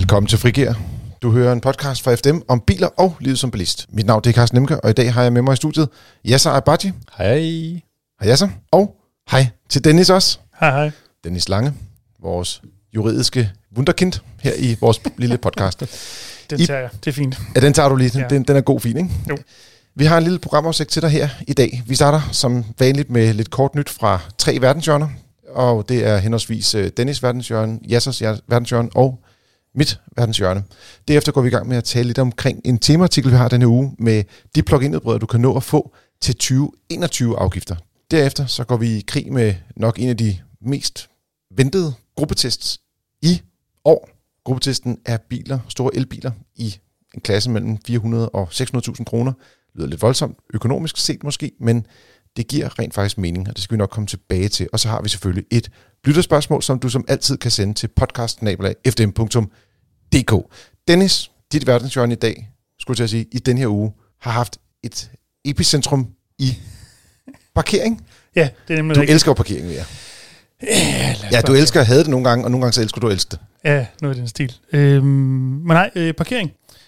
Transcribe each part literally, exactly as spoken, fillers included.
Velkommen til Frigir. Du hører en podcast fra F D M om biler og livet som bilist. Mit navn det er Carsten Nemke, og i dag har jeg med mig i studiet Yasser Abadji. Hej. Hej Yasser. Og hej til Dennis også. Hej hej. Dennis Lange, vores juridiske wunderkind her i vores lille podcast. Den tager jeg. Det er fint. Ja, den tager du lige. Ja. Den, den er god fin, ikke? Jo. Vi har en lille programoversigt til dig her i dag. Vi starter som vanligt med lidt kort nyt fra tre verdenshjørner. Og det er henholdsvis Dennis' verdenshjørne, Yassers verdenshjørne og mit verdenshjørne. Derefter går vi i gang med at tale lidt omkring en temaartikel, vi har denne uge, med de plug-in-udbrydere, du kan nå at få til tyve enogtyve afgifter. Derefter så går vi i krig med nok en af de mest ventede gruppetests i år. Gruppetesten er biler, store elbiler i en klasse mellem fire hundrede og seks hundrede tusind kroner. Det lyder lidt voldsomt, økonomisk set måske, men det giver rent faktisk mening, og det skal vi nok komme tilbage til. Og så har vi selvfølgelig et lytterspørgsmål, som du som altid kan sende til podcast snabel-a f d m punktum d k. Dennis, dit verdenshjørne i dag, skulle jeg til at sige, i den her uge, har haft et epicentrum i parkering. Ja, det er nemlig Du rigtigt. elsker jo parkering, ja. Ja, Ja, du elsker at have det nogle gange, og nogle gange så elsker du at elske det. Ja, noget i den stil. Øhm, men nej, øh, parkering.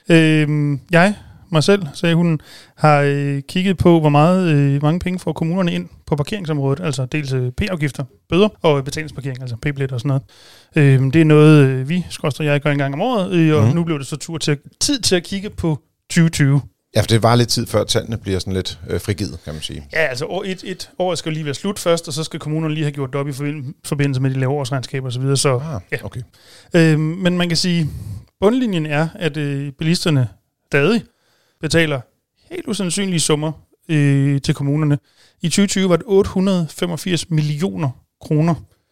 Øhm, jeg, mig selv, sagde hun, har øh, kigget på, hvor meget øh, mange penge får kommunerne ind på parkeringsområdet. Altså dels øh, P-afgifter, bøder og betalingsparkering, altså P-billet og sådan noget. Øhm, det er noget, øh, vi, skorster jeg, gør en gang om året, øh, og mm. nu blev det så tur til, tid til at kigge på tyve tyve. Ja, for det var lidt tid før tallene bliver sådan lidt øh, frigivet, kan man sige. Ja, altså år et, et år skal lige være slut først, og så skal kommunerne lige have gjort det op i forbindelse med de lave årsregnskaber og så videre. Så, Ah, ja. okay. Øhm, men man kan sige, bundlinjen er, at øh, bilisterne stadig betaler helt usandsynlige summer øh, til kommunerne. I tyve tyve var det otte hundrede og femogfirs millioner kroner,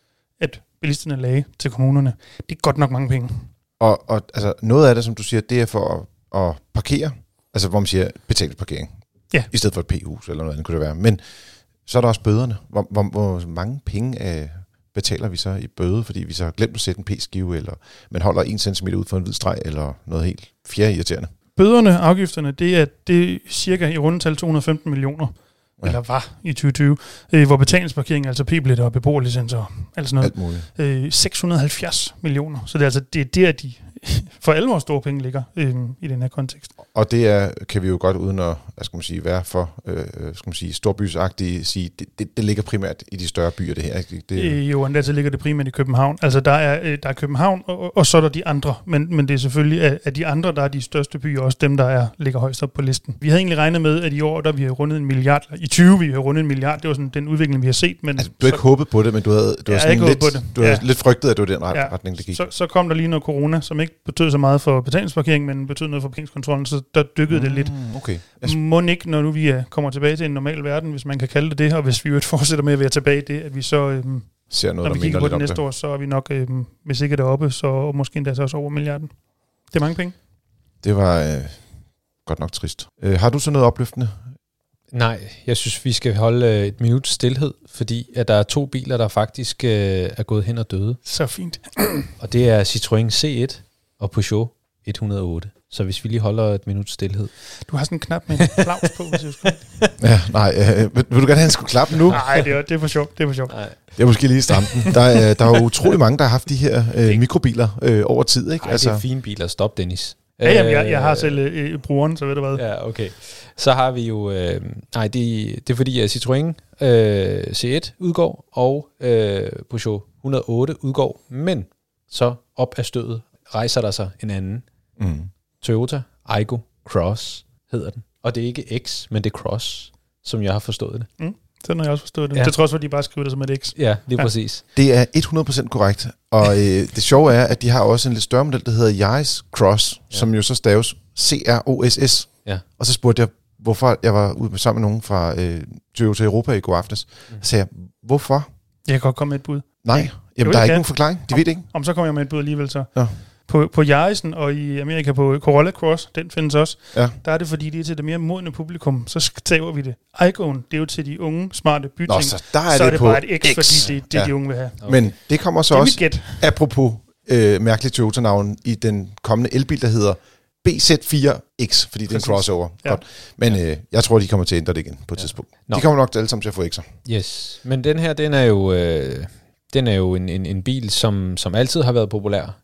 at bilisterne lagde til kommunerne. Det er godt nok mange penge. Og, og altså, noget af det, som du siger, det er for at, at parkere, altså hvor man siger betalingsparkering, Ja. i stedet for et P-hus eller noget andet kunne det være. Men så er der også bøderne. Hvor, hvor, hvor mange penge øh, betaler vi så i bøde, fordi vi så har glemt at sætte en P-skive, eller man holder en centimeter ud for en hvid streg, eller noget helt fjerde irriterende. Bøderne, afgifterne, det er, det er cirka i rundetal to hundrede og femten millioner, ja. Eller var i tyve tyve, øh, hvor betalingsparkering, altså P-billetter og beboerlicenser og alt sådan Alt noget, muligt. øh, seks hundrede og halvfjerds millioner. Så det er altså det er der, de for alvor store penge ligger øh, i den her kontekst. Og det er, kan vi jo godt uden at, hvad skal man sige, være for, øh, skal man sige, storbysagtigt sige, det, det, det ligger primært i de større byer, det her. Ikke? Det, Øh, jo, og dertil ligger det primært i København. Altså der er, øh, der er København, og, og så er der de andre. Men, men det er selvfølgelig af, af de andre, der er de største byer, også dem, der er, ligger højst op på listen. Vi havde egentlig regnet med, at i år, der vi har rundet en milliard, i tyve vi har rundet en milliard, det var sådan den udvikling, vi har set. Men altså, du har ikke håbet på det, men du havde, du Ja, havde sådan ikke lidt, håbet på det. du havde Ja. lidt frygtet, at det var den ret, Ja. retning, det gik. Så, så kom der lige noget corona, som ikke betød så meget for betalingsparkering, men betød noget for parkeringskontrollen, så der dykkede mm, det lidt. Okay. Må ikke, når nu vi er, kommer tilbage til en normal verden, hvis man kan kalde det det, og hvis vi jo fortsætter med at være tilbage i det, at vi så, øhm, Ser noget, når vi der kigger minder på lidt det om næste år, så er vi nok, øhm, hvis ikke deroppe, så måske endda så også over milliarden. Det er mange penge. Det var øh, godt nok trist. Øh, har du så noget opløftende? Nej, jeg synes, vi skal holde øh, et minut stilhed, fordi at der er to biler, der faktisk øh, er gået hen og døde. Så fint. Og det er Citroën C et og Peugeot et hundrede og otte. Så hvis vi lige holder et minut stilhed. Du har sådan en knap med en applaus på, hvis jeg husker. Ja, nej, øh, vil, vil du gerne have, at han skulle klappe nu? Nej, det er, det er for sjovt. Det er for sjovt. Nej, Det er måske lige stramme den. Der er, der er jo utrolig mange, der har haft de her øh, mikrobiler øh, over tid, ikke? Ej, altså, det er fine biler. Stop, Dennis. Ja, jamen, jeg, jeg har selv øh, brugeren, så ved du hvad. Ja, okay. Så har vi jo... Øh, nej, det, det er fordi, at Citroën øh, C et udgår, og øh, Peugeot et hundrede og otte udgår. Men så op af stødet rejser der sig en anden. Mm. Toyota Aygo Cross hedder den. Og det er ikke X, men det er Cross, som jeg har forstået det. Mm, sådan har jeg også forstået det. Ja. Til trods for, at de bare skriver det som et X. Ja, lige Ja. præcis. Det er hundrede procent korrekt. Og øh, det sjove er, at de har også en lidt større model, der hedder Yaris Cross, ja. Som jo så staves C R O S S. Ja. Og så spurgte jeg, hvorfor jeg var ude med sammen med nogen fra øh, Toyota Europa i går aftes. Mm. Så sagde jeg, hvorfor? Jeg kan godt komme med et bud. Nej, Jo, jamen der er jeg ikke kan. nogen forklaring. De om, ved det ikke. Om så kommer jeg med et bud alligevel så. Ja. På, på Yarisen og i Amerika på Corolla Cross, den findes også, Ja. der er det fordi, det er til det mere modne publikum, så staver vi det. Aygoen, det er jo til de unge, smarte byting. Nå, så der er så det er det på bare et X, X. fordi det, det Ja. de unge vil have. Okay. Men det kommer så Det er også, mit gæt. apropos øh, mærkeligt Toyota-navn, i den kommende elbil, der hedder B Z fire X, fordi det er en Præcis. crossover. Ja. Godt. Men øh, jeg tror, de kommer til at ændre det igen på et Ja. tidspunkt. Nå. De kommer nok alle sammen til at få X'er. Yes. Men den her, den er jo, øh, den er jo en, en, en bil, som, som altid har været populær.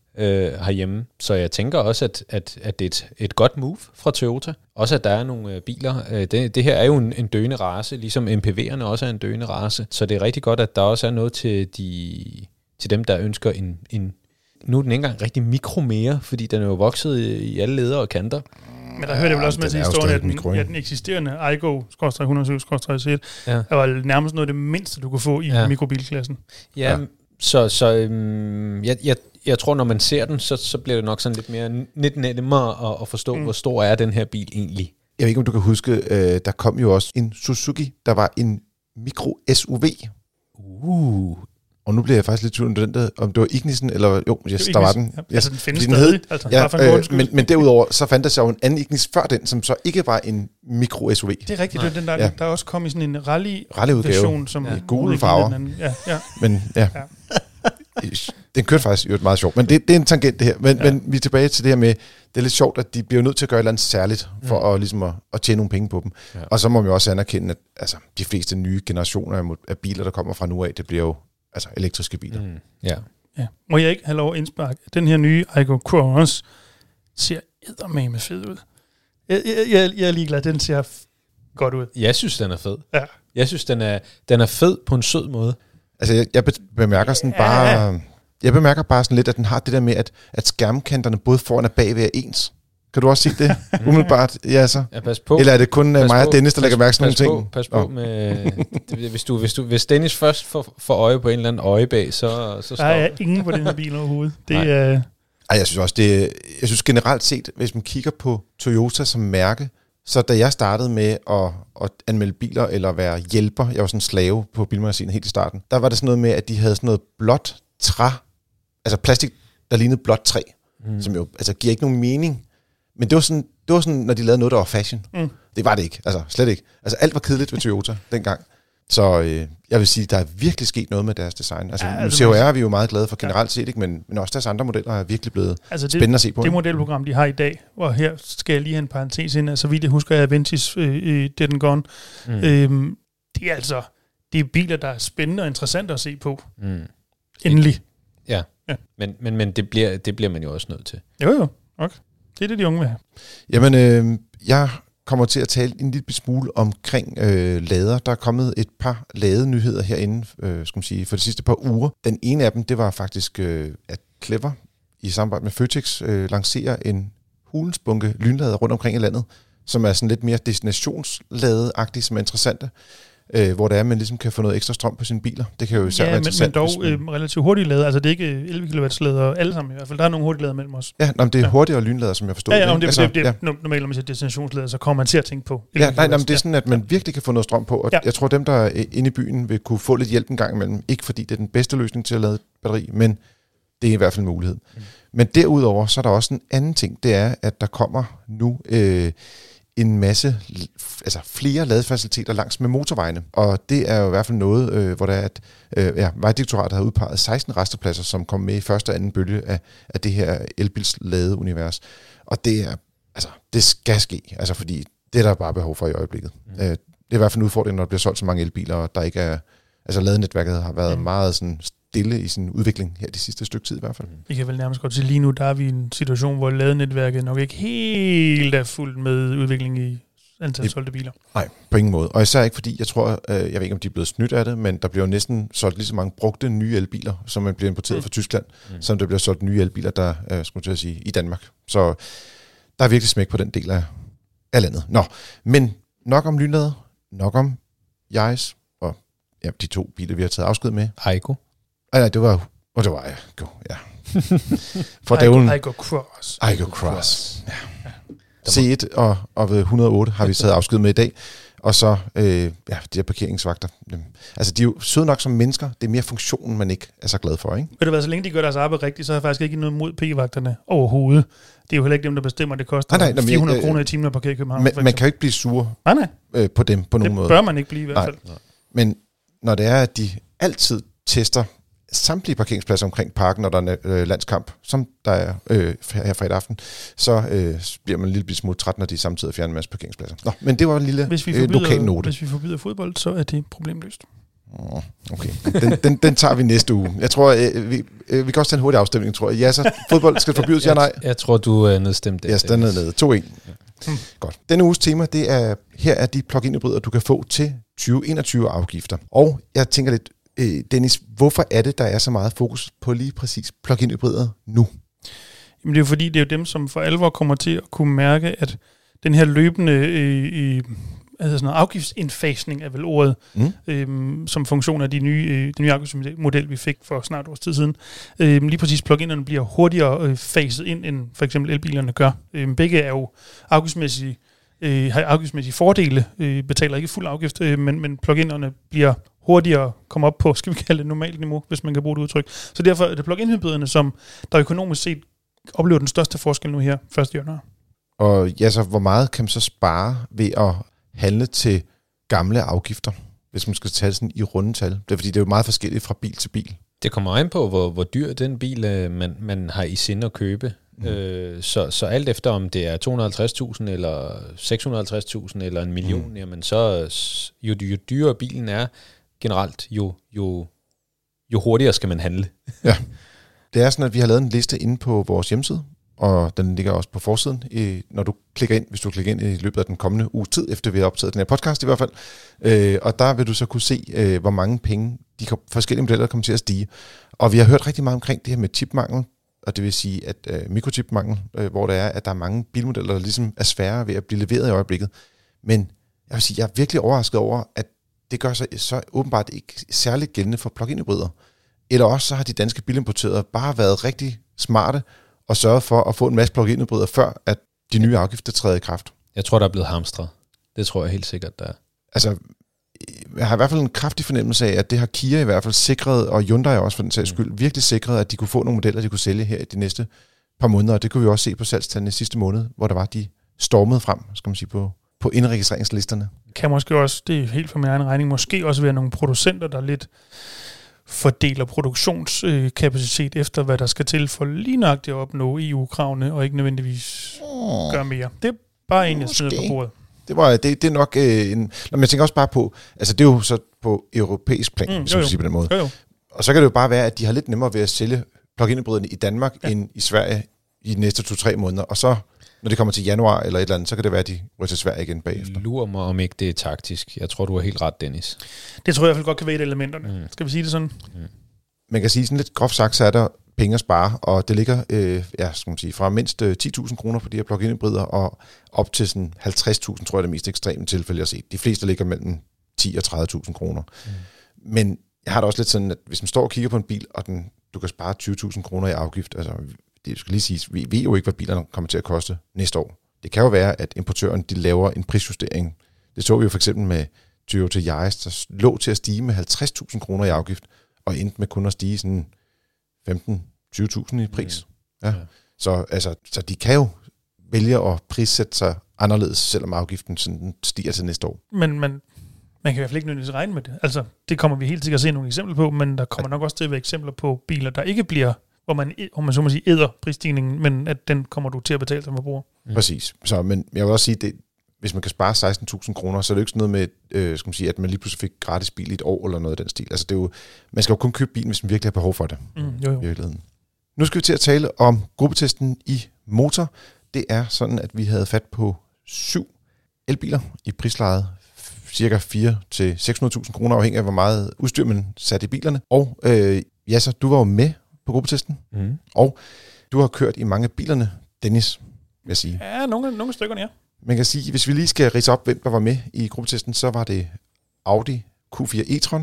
øh, herhjemme. Så jeg tænker også, at, at, at det er et, et godt move fra Toyota. Også at der er nogle øh, biler. Øh, det, det her er jo en, en døende race, ligesom M P V'erne også er en døende race. Så det er rigtig godt, at der også er noget til, de, til dem, der ønsker en, en... Nu er den ikke engang rigtig mikro mere, fordi den er jo vokset i, i alle leder og kanter. Men der hører det vel også Ja, med til den er jo historien, at stadig den, mikro, ja, ikke? den eksisterende Aygo et hundrede og syv C et Ja. er jo nærmest noget af det mindste, du kunne få i Ja. mikrobilklassen. Ja, Ja. så, så øhm, jeg, jeg, jeg tror, når man ser den, så, så bliver det nok sådan lidt mere lidt nemmere at, at forstå, mm. hvor stor er den her bil egentlig. Jeg ved ikke, om du kan huske, øh, der kom jo også en Suzuki, der var en mikro-S U V. Uh. Og nu bliver jeg faktisk lidt tvivl om, den der, om det var Ignisen, eller jo, yes, der var den. Ja, Yes. altså, den findes Den stadig. hed- Altså, Ja, bare for en god øh, undskyld. men, men derudover, så fandt der sig jo en anden Ignis før den, som så ikke var en mikro-S U V. Det er rigtigt, det er den der, Ja. der også kom i sådan en rally-version, Rallyudgave. som Ja. ja. Gule farver. Ja, ja. Men ja, Ja. den kørte faktisk jo meget sjovt. Men det, det er en tangent det her. Men, Ja. ja. men vi er tilbage til det her med, det er lidt sjovt, at de bliver nødt til at gøre et eller andet særligt, for mm. at, ligesom at, at tjene nogle penge på dem. Ja. Og så må man jo også anerkende, at altså, de fleste nye generationer af, mo- af biler, der kommer fra nu af, det bliver jo altså, elektriske biler. Mm. Mm. Ja. Ja. Må jeg ikke have lov at indsparke? Den her nye Aygo Cross ser eddermame fed ud. Jeg, jeg, jeg, jeg er ligeglad, den ser f- godt ud. Jeg synes, den er fed. Ja. Jeg synes, den er, den er fed på en sød måde. Altså, jeg, jeg be- bemærker sådan Ja. bare... Jeg bemærker bare sådan lidt, at den har det der med, at, at skærmkanterne både foran og bagved er ens. Kan du også sige det? Umiddelbart, ja så. Ja, pas på. Eller er det kun uh, Pas mig på, og Dennis, der pas- lægger mærke til nogle pas på, ting? Pas på Nå. med... det- hvis, du, hvis, du, hvis Dennis først får, får øje på en eller anden øje bag, så, så Der står er ingen på den her bil overhovedet. Det Nej. er... Ej, jeg synes også, det, jeg synes generelt set, hvis man kigger på Toyota som mærke, så da jeg startede med at, at anmelde biler eller være hjælper, jeg var sådan en slave på Bilmagasinet helt i starten, der var det sådan noget med, at de havde sådan noget blåt træ, altså plastik, der lignede blåt træ, mm. som jo altså, giver ikke nogen mening. Men det var, sådan, det var sådan, når de lavede noget, der var fashion. Mm. Det var det ikke, altså slet ikke. Altså alt var kedeligt ved Toyota dengang. Så øh, jeg vil sige, der er virkelig sket noget med deres design. Altså, Ja, ja, altså, C H R er vi jo meget glade for generelt set, ikke? Men, men også deres andre modeller er virkelig blevet Altså det, spændende at se på. det ikke? modelprogram, de har i dag, og her skal jeg lige have en parentes ind, altså vidt jeg husker, at Aventis øh, øh, Dead and Gone, Mm. øhm, det er altså, det er biler, der er spændende og interessante at se på. Mm. Endelig. Ja, Ja. men, men, men det, bliver, det bliver man jo også nødt til. Jo jo, okay. Det er det, de unge vil have. Jamen, øh, jeg kommer til at tale en lille smule omkring øh, lader. Der er kommet et par ladenyheder herinde, øh, skal man sige, for de sidste par uger. Den ene af dem, det var faktisk, øh, at Clever i samarbejde med Føtex øh, lancerer en hulensbunke lynlader rundt omkring i landet, som er sådan lidt mere destinationsladeagtige, som er interessante, øh, hvor det er, at man ligesom kan få noget ekstra strøm på sine biler. Det kan jo især Ja, være men, men interessant. dog hvis man- øh, relativt hurtige lader, altså det er ikke elleve kilowatt lader alle sammen i hvert fald. Der er nogle hurtige lader mellem os. Ja, nå, men det er Ja. hurtigere lynlader, som jeg forstår. Ja, ja, ikke? om det, Altså, det, det, ja. det normalt, når man siger destinationslader, så kommer man til at tænke på. Ja, nej, nej, men det er Ja. sådan, at man virkelig kan få noget strøm på, og Ja. ja. jeg tror, dem, der er inde i byen, vil kunne få lidt hjælp en gang imellem. Ikke fordi det er den bedste løsning til at lade et batteri, men det er i hvert fald en mulighed. Mm. Men derudover, så er der også en anden ting, det er, at der kommer nu øh, en masse, altså flere ladefaciliteter langs med motorvejene, og det er jo i hvert fald noget, øh, hvor der er, at øh, ja, Vejdirektoratet har udpeget seksten rastepladser, som kommer med i første og anden bølge af, af det her elbilsladeunivers. Og det er, altså, det skal ske, altså fordi det er der bare behov for i øjeblikket. Mm. Øh, det er i hvert fald en udfordring, når der bliver solgt så mange elbiler, og der ikke er, altså ladenetværket har været mm. meget sådan stille i sin udvikling her det sidste stykke tid i hvert fald. Vi kan vel nærmest godt sige, lige nu der er vi i en situation, hvor ladenetværket nok ikke helt er fuldt med udvikling i antal Yep. solgte biler. Nej, på ingen måde. Og især ikke fordi, jeg tror, øh, jeg ved ikke, om de er blevet snydt af det, men der bliver jo næsten solgt lige så mange brugte nye elbiler, som man bliver importeret Mm. fra Tyskland, Mm. som der bliver solgt nye elbiler, der øh, skulle jeg til at sige, i Danmark. Så der er virkelig smæk på den del af, af landet. Nå, men nok om lynlader, nok om Yaris, og ja, de to biler, vi har taget afsked med. Aygo. Ej, nej, det var, og det var, ja, go, ja. For dævlen, Aygo Cross. Aygo Cross. Ja. C et og, og ved et hundrede og otte har vi taget afsked med i dag. Og så, øh, ja, de her parkeringsvagter. Dem. Altså, de er jo søde nok som mennesker. Det er mere funktionen, man ikke er så glad for, ikke? Ved du hvad, så længe de gør deres arbejde rigtigt, så er jeg faktisk ikke noget mod P-vagterne overhovedet. Det er jo heller ikke dem, der bestemmer, det koster Nej, nej, nå, men, fire hundrede øh, kroner i timen at parkere i København. Man, for man eksempel. kan jo ikke blive sur Nej, nej, øh, på dem på nogen det måde. bør man ikke blive i hvert Nej. fald. Men når det er, at de altid tester samtlige parkeringspladser omkring parken, når der er øh, landskamp, som der er øh, her fredag aften, så øh, bliver man en lille smule træt, når de samtidig fjerner en masse parkeringspladser. Nå, men det var en lille Hvis vi, øh, lokal forbyder, note. hvis vi forbyder fodbold, så er det problemløst. Oh, okay, den, den, den tager vi næste uge. Jeg tror, øh, vi, øh, vi kan også tage en hurtig afstemning, tror jeg. Ja, så fodbold skal forbydes, ja nej? Jeg, jeg tror, du er nedstemt. Ja, den er nede. to en. Ja. Godt. Denne uges tema, det er, her er de plug-in-hybrider, du kan få til tyve enogtyve afgifter. Og jeg tænker lidt, øh, Dennis, hvorfor er det, der er så meget fokus på lige præcis plug-in-hybrider nu? Jamen det er jo fordi, det er jo dem, som for alvor kommer til at kunne mærke, at den her løbende øh, øh, altså sådan noget, afgiftsindfasning er vel ordet, mm. øhm, som funktion af de nye, øh, den nye afgiftsmodel, vi fik for snart års tid siden. Øhm, lige præcis plug-inerne bliver hurtigere øh, faset ind, end for eksempel elbilerne gør. Øhm, begge er jo afgiftsmæssige, øh, har afgiftsmæssige fordele, øh, betaler ikke fuld afgift, øh, men, men plug-inerne bliver hurtigere komme op på, skal vi kalde det normalt niveau, hvis man kan bruge det udtryk. Så derfor er det plug-in-hybriderne, som der økonomisk set oplever den største forskel nu her første januar. Og ja, så hvor meget kan man så spare ved at handle til gamle afgifter, hvis man skal tage sådan i rundetal? Det er fordi, det er jo meget forskelligt fra bil til bil. Det kommer an på, hvor, hvor dyr den bil, øh, man, man har i sinde at købe. Mm. Øh, så, så alt efter, om det er to hundrede og halvtreds tusind, eller seks hundrede og halvtreds tusind, eller en million, mm. jamen så jo, jo dyrere bilen er generelt, jo, jo, jo hurtigere skal man handle. Ja, det er sådan, at vi har lavet en liste inde på vores hjemmeside, og den ligger også på forsiden, i, når du klikker ind, hvis du klikker ind i løbet af den kommende uge tid, efter vi har optaget den her podcast i hvert fald. Øh, og der vil du så kunne se, øh, hvor mange penge de forskellige modeller kommer til at stige. Og vi har hørt rigtig meget omkring det her med chipmangel, og det vil sige, at øh, mikrochipmangel, øh, hvor der er, at der er mange bilmodeller, der ligesom er svære ved at blive leveret i øjeblikket. Men jeg vil sige, jeg er virkelig overrasket over, at det gør sig så åbenbart ikke særligt gældende for plug-in-hybrider. Eller også så har de danske bilimportører bare været rigtig smarte, og sørge for at få en masse plug-in-hybrider, før at de nye afgifter træder i kraft. Jeg tror, der er blevet hamstret. Det tror jeg helt sikkert, der er. Altså, jeg har i hvert fald en kraftig fornemmelse af, at det har Kia i hvert fald sikret, og Hyundai også for den sags skyld, virkelig sikret, at de kunne få nogle modeller, de kunne sælge her i de næste par måneder. Og det kunne vi også se på salgstallene sidste måned, hvor der var de stormede frem, skal man sige, på, på indregistreringslisterne. Kan måske også, det er helt for min egen regning, måske også være nogle producenter, der lidt fordeler produktionskapacitet øh, efter, hvad der skal til for lige nøjagtigt at opnå E U-kravene, og ikke nødvendigvis oh. gøre mere. Det er bare en, jeg smider på bordet. Det, var, det, det er nok øh, en... Nå, men jeg tænker også bare på, altså det er jo så på europæisk plan, mm, hvis man sige på den måde. Jo, jo. Og så kan det jo bare være, at de har lidt nemmere ved at sælge plug-in-hybriderne i Danmark, ja. end i Sverige i de næste to-tre måneder. Og så, når det kommer til januar eller et eller andet, så kan det være, at de ryger til Sverige igen bagefter. Lurer mig, om ikke det er taktisk. Jeg tror, du har helt ret, Dennis. Det tror jeg i hvert fald godt kan være et af elementerne. Mm. Skal vi sige det sådan? Mm. Man kan sige sådan lidt groft sagt, så er der penge at spare, og det ligger øh, ja, skal man sige, fra mindst øh, ti tusind kroner på de her plug-in-hybrider, og op til sådan halvtreds tusind, tror jeg, er det mest ekstreme tilfælde, jeg har set. De fleste ligger mellem ti og tredive tusind kroner. Mm. Men jeg har da også lidt sådan, at hvis man står og kigger på en bil, og den, du kan spare tyve tusind kroner i afgift, altså det skal lige siges, vi ved jo ikke, hvad bilerne kommer til at koste næste år. Det kan jo være, at importøren de laver en prisjustering. Det så vi jo for eksempel med Toyota Yaris, der lå til at stige med halvtreds tusind kroner i afgift, og endte med kun at stige sådan femten til tyve tusind i pris. Mm. Ja. Ja. Så, altså, så de kan jo vælge at prissætte sig anderledes, selvom afgiften sådan stiger til næste år. Men man, man kan i hvert fald ikke nødvendigvis regne med det. Altså, det kommer vi helt sikkert at se nogle eksempler på, men der kommer ja. nok også til at være eksempler på biler, der ikke bliver, hvor man, hvor man så må sige, æder prisstigningen, men at den kommer du til at betale som forbruger. Mm. Præcis. Så, men jeg vil også sige, det hvis man kan spare seksten tusind kroner, så er det jo ikke sådan noget med, øh, skal man sige, at man lige pludselig fik gratis bil i et år, eller noget af den stil. Altså det er jo, man skal jo kun købe bilen, hvis man virkelig har behov for det. Mm, jo, jo. I virkeligheden. Nu skal vi til at tale om gruppetesten i motor. Det er sådan, at vi havde fat på syv elbiler i prislejet cirka fire til seks hundrede tusind kroner, afhængig af, hvor meget udstyr man satte i bilerne. Og øh, ja, så du var jo med på gruppetesten, mm. og du har kørt i mange af bilerne, Dennis, vil jeg sige. Ja, nogle, nogle stykker, ja. Man kan sige, hvis vi lige skal ridse op, hvem der var med i gruppetesten, så var det Audi Q fire e-tron,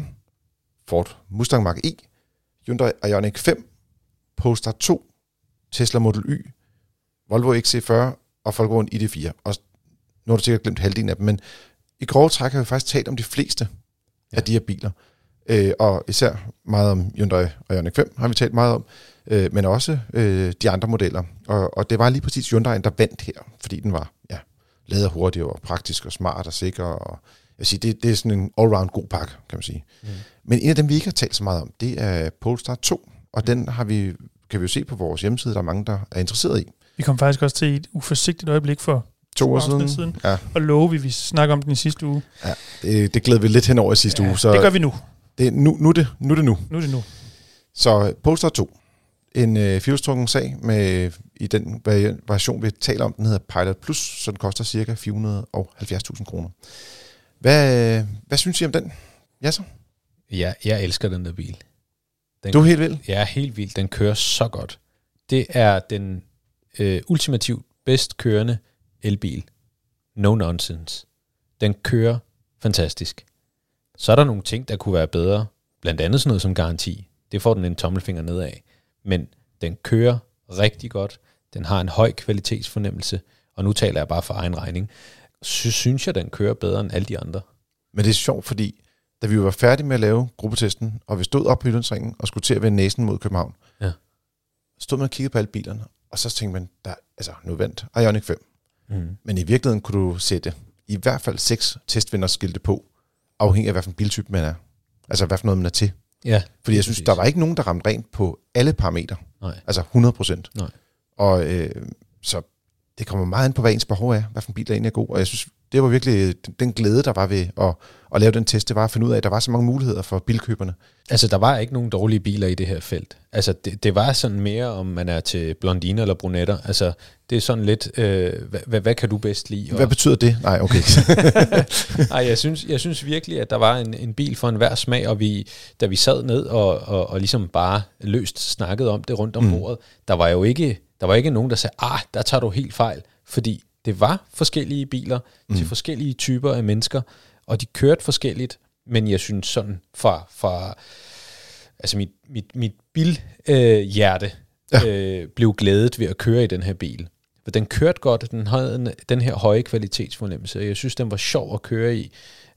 Ford Mustang Mach-E, Hyundai Ioniq fem, Polestar to, Tesla Model Y, Volvo X C fyrre og Volkswagen I D fire. Og nu har du sikkert glemt halvdelen af dem, men i grove træk har vi faktisk talt om de fleste ja. af de her biler. Øh, og især meget om Hyundai Ioniq fem har vi talt meget om, øh, men også øh, de andre modeller. Og, og det var lige præcis Hyundai, der vandt her, fordi den var ja, lavet hurtigt og praktisk og smart og sikker. Og jeg vil sige, det, det er sådan en all-round god pakke, kan man sige. Mm. Men en af dem, vi ikke har talt så meget om, det er Polestar to, og mm. den har vi, kan vi jo se på vores hjemmeside, der er mange, der er interesseret i. Vi kom faktisk også til et uforsigtigt øjeblik for to år siden, siden ja. og love, vi vi snakker om den i sidste uge. Ja, det, det glæder vi lidt hen over i sidste ja, uge. Så det gør vi nu. Det, nu, nu, det, nu er det nu. Nu er det nu. Så Polestar to. en øh, firehjulstrukken sag med, i den variation, vi taler om, den hedder Pilot Plus, så den koster cirka fire hundrede og halvfjerds tusind kroner. Hvad, hvad synes I om den? Ja, så? Ja, jeg elsker den der bil. Den, du er helt vild? Jeg er helt vild. Den kører så godt. Det er den øh, ultimativt bedst kørende elbil. No nonsense. Den kører fantastisk. Så er der nogle ting, der kunne være bedre. Blandt andet sådan noget som garanti. Det får den en tommelfinger nedad. Men den kører rigtig godt. Den har en høj kvalitetsfornemmelse. Og nu taler jeg bare for egen regning. Så synes jeg, den kører bedre end alle de andre. Men det er sjovt, fordi da vi var færdige med at lave gruppetesten, og vi stod op på Jyllandsringen og skulle til at vende næsen mod København, ja. stod man og kiggede på alle bilerne, og så tænkte man, der, altså nu vandt Ioniq fem. Mm. Men i virkeligheden kunne du sætte i hvert fald seks testvinderskilte på, afhængig af, hvad for en biltype man er. Altså, hvad for noget man er til. Ja, fordi jeg synes, der var ikke nogen, der ramte rent på alle parametre. Nej. Altså hundrede procent. Nej. Og øh, så det kommer meget ind på, hvad ens behov er, hvad for en bil der egentlig er god. Og jeg synes, det var virkelig den glæde, der var ved at, at lave den test. Det var at finde ud af, at der var så mange muligheder for bilkøberne. Altså, der var ikke nogen dårlige biler i det her felt. Altså, det, det var sådan mere, om man er til blondiner eller brunetter. Altså, det er sådan lidt, øh, hvad, hvad, hvad kan du bedst lide? Hvad betyder det? Nej, okay. Nej, jeg synes, jeg synes virkelig, at der var en, en bil for enhver smag, og vi, da vi sad ned og, og, og ligesom bare løst snakkede om det rundt om mm. bordet, der var jo ikke, der var ikke nogen, der sagde, ah, der tager du helt fejl, fordi det var forskellige biler mm. til forskellige typer af mennesker, og de kørte forskelligt, men jeg synes sådan fra, fra altså mit, mit, mit bilhjerte øh, ja. øh, blev glædet ved at køre i den her bil. For den kørte godt, den havde den her høje kvalitetsfornemmelse, jeg synes, den var sjov at køre i.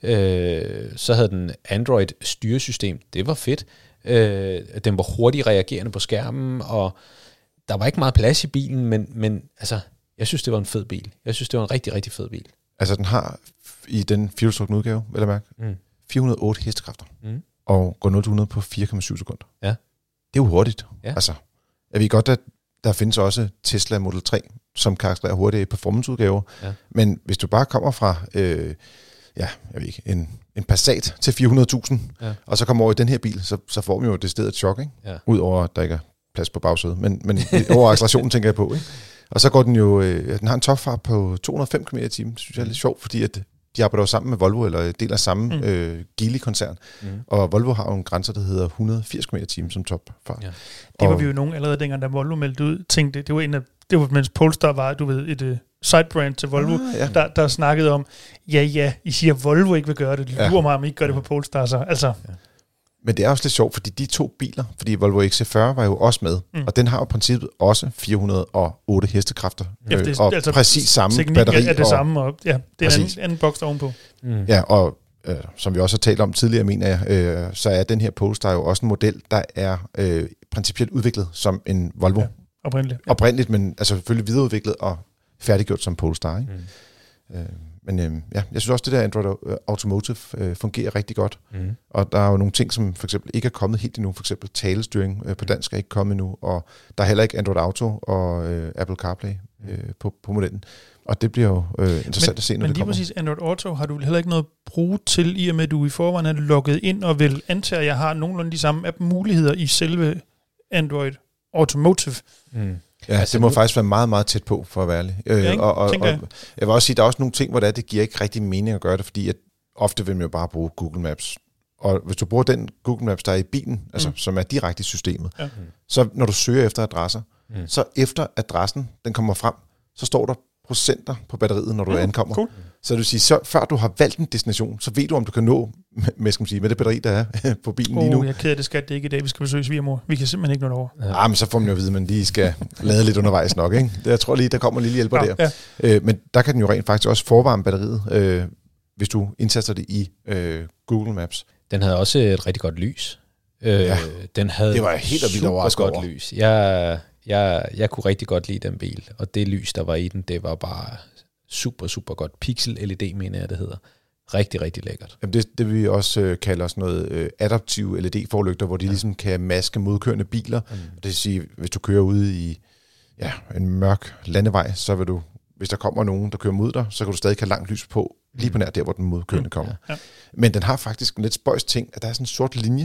Øh, så havde den Android-styresystem, det var fedt. Øh, den var hurtigt reagerende på skærmen, og der var ikke meget plads i bilen, men, men altså, jeg synes, det var en fed bil. Jeg synes, det var en rigtig, rigtig fed bil. Altså, den har i den firehjulstrukne udgave, vil jeg mærke, mm. fire hundrede og otte hestekræfter, mm. og går nul til hundrede på fire komma syv sekunder. Ja. Det er jo hurtigt. Ja. Altså, jeg ved godt, at der findes også Tesla Model tre, som kan accelerere hurtigt i performanceudgaver, ja. Men hvis du bare kommer fra øh, ja, jeg ved ikke, en, en Passat til fire hundrede tusind, ja. Og så kommer over i den her bil, så, så får vi jo det sted et chok, ikke? Ja. Udover at der ikke er plads på bagsædet, men, men over accelerationen tænker jeg på, ikke? Og så går den jo, øh, den har en topfart på to hundrede og fem kilometer i timen. Det synes jeg er lidt sjovt, fordi at de arbejder jo sammen med Volvo, eller del af samme mm. øh, Geely-koncern. Mm. Og Volvo har jo en grænse, der hedder et hundrede og firs kilometer i timen som topfart. Ja. Det var vi jo nogen allerede dengang, da Volvo meldte ud, tænkte, det var en af, det var mens Polestar var, du ved, et uh, sidebrand til Volvo, ah, ja. der, der snakkede om, ja ja, I siger, at Volvo ikke vil gøre det, lurer ja. mig, om I ikke gør det på Polestar, så altså... Ja. Men det er også lidt sjovt, fordi de to biler, fordi Volvo X C fyrre var jo også med, mm. og den har jo i princippet også fire hundrede og otte hestekræfter, ja, det er, og altså, præcis samme batteri. Er det og, samme, og ja, det er præcis. en anden, anden boks ovenpå. Mm. Ja, og øh, som vi også har talt om tidligere, mener jeg, øh, så er den her Polestar jo også en model, der er øh, principielt udviklet som en Volvo. Ja, oprindeligt. Ja. Oprindeligt, men altså selvfølgelig videreudviklet og færdiggjort som Polestar, ikke? Mm. Øh, Men øh, ja, jeg synes også, det der Android Automotive øh, fungerer rigtig godt. Mm. Og der er jo nogle ting, som for eksempel ikke er kommet helt endnu. For eksempel talestyring øh, på dansk er ikke kommet endnu. Og der er heller ikke Android Auto og øh, Apple CarPlay øh, på, på modellen. Og det bliver jo øh, interessant men, at se, når men det kommer. Men lige præcis Android Auto har du heller ikke noget brug til, i og med at du i forvejen er logget ind, og vil antage, at jeg har nogenlunde de samme app-muligheder i selve Android Automotive. Mm. Ja, altså, det må nu faktisk være meget, meget tæt på, for at være ærlig. Øh, ja, og, og, og jeg vil også sige, at der er også nogle ting, hvor det, er, det giver ikke rigtig mening at gøre det, fordi at ofte vil man jo bare bruge Google Maps. Og hvis du bruger den Google Maps, der er i bilen, altså, mm. som er direkte i systemet, ja. Så når du søger efter adresser, mm. så efter adressen, den kommer frem, så står der procenter på batteriet, når du mm. ankommer. Cool. Så det vil sige, så før du har valgt en destination, så ved du, om du kan nå med, med, skal man sige, med det batteri, der er på bilen oh, lige nu. Jeg er ked af det, skat. Det er ikke i dag, vi skal besøge svigermor. Vi kan simpelthen ikke nå det over. Ja, men så får man jo at vide, at man lige skal lade lidt undervejs nok, ikke? Det, jeg tror lige, der kommer en lille hjælper ja, der. Ja. Øh, men der kan den jo rent faktisk også forvarme batteriet, øh, hvis du indtaster det i øh, Google Maps. Den havde også et rigtig godt lys. Øh, ja, den havde det var helt vildt overrasket godt over. Lys. Jeg, jeg, jeg kunne rigtig godt lide den bil, og det lys, der var i den, det var bare super, super godt. Pixel L E D, mener jeg, det hedder. Rigtig, rigtig lækkert. Jamen det, det vi også øh, kalder sådan noget øh, adaptive L E D-forlygter, hvor de ja. ligesom kan maske modkørende biler. Mm. Det vil sige, hvis du kører ude i ja, en mørk landevej, så vil du, hvis der kommer nogen, der kører mod dig, så kan du stadig have langt lys på, lige på nær der, hvor den modkørende mm. kommer. Ja. Men den har faktisk en lidt spøjs ting, at der er sådan en sort linje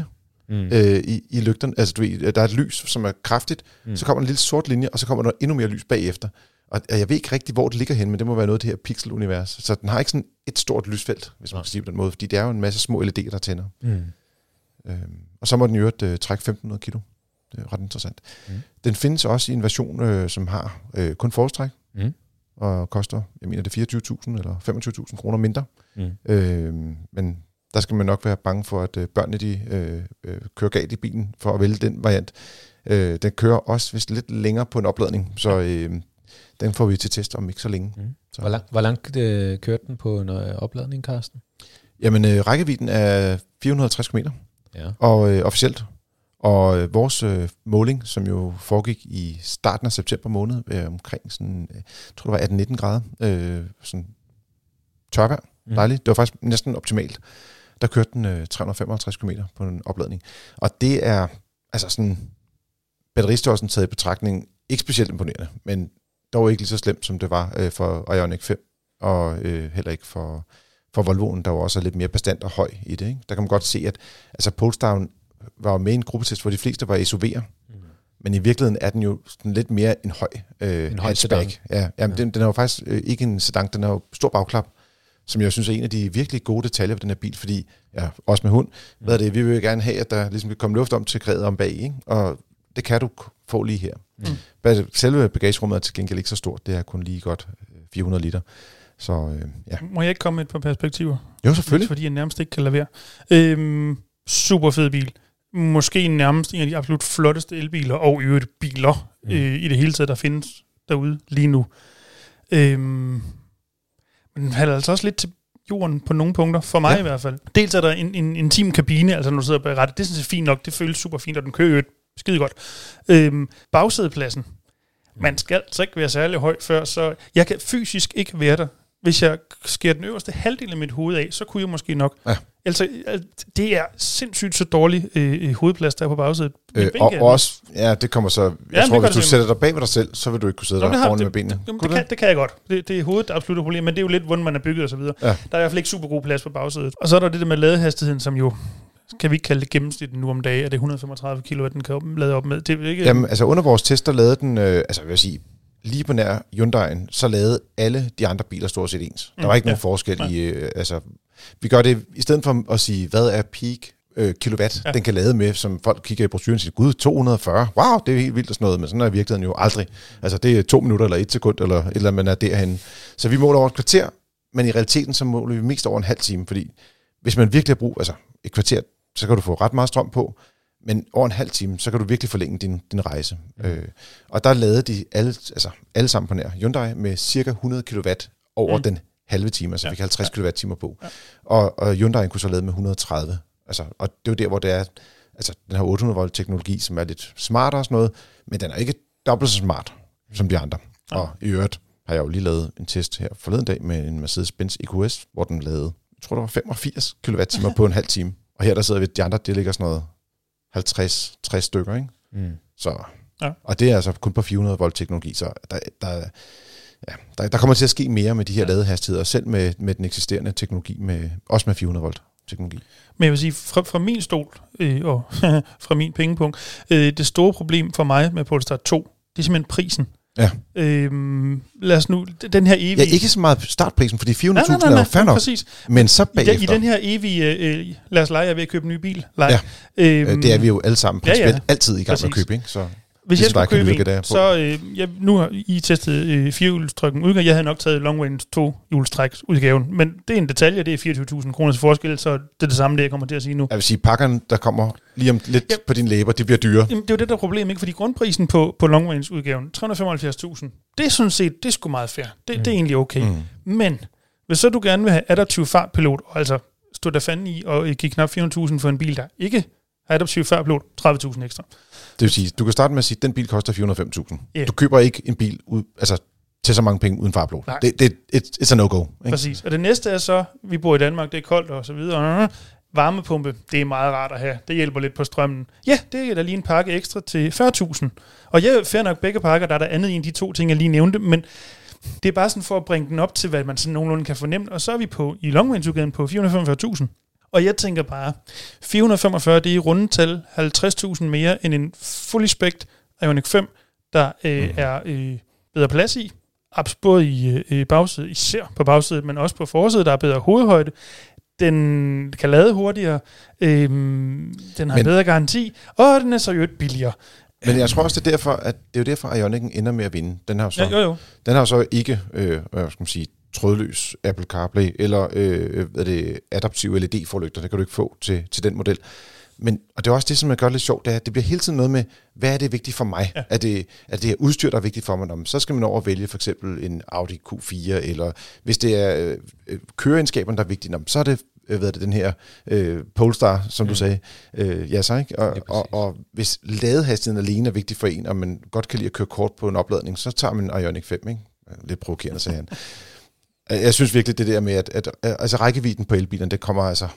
mm. øh, i, i lygterne. Altså, du ved, der er et lys, som er kraftigt, mm. så kommer en lille sort linje, og så kommer der endnu mere lys bagefter. Og jeg ved ikke rigtig, hvor det ligger hen, men det må være noget af det her pixelunivers. Så den har ikke sådan et stort lysfelt, hvis man kan sige på den måde, fordi det er jo en masse små L E D'er, der tænder. Mm. Øhm, og så må den jo øh, trække femten hundrede kilo. Det er ret interessant. Mm. Den findes også i en version, øh, som har øh, kun forholdstræk, mm. og koster, jeg mener det er fireogtyve tusind eller femogtyve tusind kroner mindre. Mm. Øhm, men der skal man nok være bange for, at øh, børnene de, øh, øh, kører galt i bilen for at vælge den variant. Øh, den kører også vist lidt længere på en opladning, så øh, den får vi til test om ikke så længe. Mm. Så. Hvor, lang, hvor langt øh, kørte den på en øh, opladning, Carsten? Jamen, øh, rækkevidden er fire hundrede og halvtreds kilometer, ja. og øh, officielt. Og øh, vores øh, måling, som jo foregik i starten af september måned, øh, omkring sådan, øh, jeg tror det var atten nitten grader, øh, sådan tørvejr, mm. dejligt. Det var faktisk næsten optimalt. Der kørte den øh, tre hundrede og femoghalvtreds kilometer på en opladning. Og det er altså sådan batteristørrelsen taget i betragtning ikke specielt imponerende, men dog ikke lige så slemt, som det var øh, for Ioniq fem, og øh, heller ikke for, for Volvoen, der var også lidt mere bestand og høj i det. Ikke? Der kan man godt se, at altså Polestar var med i en gruppetest, hvor de fleste var S U V'er, mm. men i virkeligheden er den jo sådan lidt mere en høj, øh, en høj sedan. Ja, jamen, ja. Den, den er jo faktisk øh, ikke en sedan, den er jo stor bagklap, som jeg synes er en af de virkelig gode detaljer ved den her bil, fordi, ja, også med hund, mm. hvad er det, vi vil jo gerne have, at der ligesom kan komme luft om til krædet om bag, ikke? Og det kan du få lige her. Mm. Selve bagagerummet er til gengæld ikke så stort, det er kun lige godt fire hundrede liter. Så, øh, ja. Må jeg ikke komme med et par perspektiver? Jo, selvfølgelig. Fordi jeg nærmest ikke kan lade være. Øhm, super fed bil. Måske nærmest en af de absolut flotteste elbiler, og i øvrigt biler mm. øh, i det hele taget, der findes derude lige nu. Øhm, men den falder altså også lidt til jorden på nogle punkter, for mig ja. i hvert fald. Dels er der en, en intim kabine, altså når du sidder bag rattet, det er sådan set fint nok, det føles super fint, og den kører jo skide godt. Øhm, bagsædepladsen. Man skal altså ikke være særlig høj før, så jeg kan fysisk ikke være der. Hvis jeg skærer den øverste halvdel af mit hoved af, så kunne jeg måske nok. Ja. Altså, det er sindssygt så dårlig øh, hovedplads, der er på bagsædet. Øh, og også, ja, det kommer så, jeg ja, tror, hvis du sætter dig bag ved dig selv, så vil du ikke kunne sidde Nå, der foran med benene. Det, det, kan, det kan jeg godt. Det, det er hovedet, der er absolut et problem, men det er jo lidt, hvordan man er bygget og så videre. Ja. Der er i hvert fald ikke super god plads på bagsædet. Og så er der det der med ladehastigheden, som jo, kan vi ikke kalde det gennemsnit nu om dagen, er det et hundrede og femogtredive kilowatt, den kan lade op med. Det er ikke, Jamen, altså under vores tester lavede den, øh, altså jeg vil sige, lige på nær Hyundai'en, så lavede alle de andre biler stort set ens. Der var ikke mm, nogen ja. forskel ja. i, øh, altså, vi gør det, i stedet for at sige, hvad er peak øh, kilowatt, ja. den kan lade med, som folk kigger i brochuren og siger, gud, to hundrede og fyrre, wow, det er helt vildt og sådan noget, men sådan er virkeligheden jo aldrig. Altså, det er to minutter eller et sekund, eller et eller andet, man er derhen. Så vi måler over et kvarter, men i realiteten, så måler vi mest over en halv time, fordi hvis man virkelig har brug, altså et kvarter, så kan du få ret meget strøm på, men over en halv time, så kan du virkelig forlænge din, din rejse. Mm. Øh, og der lavede de alle, altså alle sammen på nær Hyundai med cirka hundrede kilowatt over mm. den halve time, altså ja. fik halvtreds ja. kilowatt-timer på. Ja. Og, og Hyundai kunne så lade med et hundrede og tredive. Altså, og det er jo der, hvor det er, altså den her otte hundrede volt teknologi, som er lidt smartere og sådan noget, men den er ikke dobbelt så smart som de andre. Ja. Og i øvrigt har jeg jo lige lavet en test her forleden dag med en Mercedes-Benz E Q S, hvor den lavede, jeg tror, der var femogfirs kilowatt-timer på en halv time. Og her der sidder vi, de andre, det ligger sådan noget halvtreds tres stykker, ikke? Mm. Så, ja. Og det er altså kun på fire hundrede volt teknologi, så der, der, ja, der, der kommer til at ske mere med de her ja. ladehastigheder, selv med, med den eksisterende teknologi, med, også med fire hundrede volt teknologi. Men jeg vil sige, fra, fra min stol øh, og fra min pengepunkt, øh, det store problem for mig med Polestar to, det er simpelthen prisen. Ja. Øhm, lad os nu, den her evige... Ja, ikke så meget startprisen, fordi fire hundrede tusind er jo fair nok, præcis. Men så bagefter... I den, i den her evige, øh, lad os lege, jeg er ved at købe en ny bil. Ja, øhm, det er vi jo alle sammen principielt ja, ja. altid i gang med at købe, ikke? Så hvis jeg skulle købe en, så øh, jeg, nu har I testet øh, firehjulstrykken udgave. Jeg havde nok taget Long Range to-hjulstræks udgaven, men det er en detalje, det er fireogtyve tusind kroner til forskel, så det er det samme, det jeg kommer til at sige nu. Jeg vil sige, pakkerne, der kommer lige om lidt ja. på dine læber, det bliver dyre. Jamen, det er jo det, der er problemet, ikke? Fordi grundprisen på, på Long Range udgaven, tre hundrede og femoghalvfjerds tusind, det er sådan set, det er sgu meget fair. Det, mm. det er egentlig okay. Mm. Men hvis så du gerne vil have adaptiv fartpilot, og altså stå der fanden i og give knap fire hundrede tusind for en bil, der ikke har adaptiv fartpilot, tredive tusind ekstra. Det vil sige, du kan starte med at sige, at den bil koster fire hundrede og fem tusind. Yeah. Du køber ikke en bil ud, altså, til så mange penge uden fartpilot. Det, det, it's, it's a no-go. Ikke? Præcis. Og det næste er så, vi bor i Danmark, det er koldt og så videre. Varmepumpe, det er meget rart at have. Det hjælper lidt på strømmen. Ja, det er da lige en pakke ekstra til fyrre tusind. Og jeg fair nok begge pakker, der er der andet i de to ting, jeg lige nævnte, men det er bare sådan for at bringe den op til, hvad man sådan nogenlunde kan fornemme. Og så er vi på i Long Range-udgaven på fire hundrede og femogfyrre tusind. Og jeg tænker bare, fire hundrede femogfyrre, det er i rundetal halvtreds tusind mere end en fully spec'd Ioniq fem, der øh, mm. er øh, bedre plads i, både i øh, bagsædet, især på bagsædet, men også på forsædet, der er bedre hovedhøjde. Den kan lade hurtigere, øh, den har men, bedre garanti, og den er så jo billigere. Men jeg tror også, det er derfor, at det er jo derfor, at Ionic'en ender med at vinde. Den har jo så, ja, jo, jo. Den har jo så ikke, øh, hvad skal man sige, trådløs Apple CarPlay, eller øh, hvad det, adaptive L E D-forlygter, det kan du ikke få til, til den model. Men, og det er også det, som er godt lidt sjovt, det er, at det bliver hele tiden noget med, hvad er det vigtigt for mig? Ja. Er, det, er det her udstyr, der er vigtigt for mig? Nå, så skal man over vælge for eksempel en Audi Q fire, eller hvis det er øh, køreegenskaberne, der er vigtige, nå, så er det, øh, hvad er det den her øh, Polestar, som mm. du sagde. Øh, ja, så ikke? Og, og, og hvis ladehastigheden alene er vigtig for en, og man godt kan lide at køre kort på en opladning, så tager man en Ioniq fem, ikke? Lidt provokerende, sagde han. Jeg synes virkelig, det der med, at, at, at altså rækkevidden på elbilerne, det kommer altså,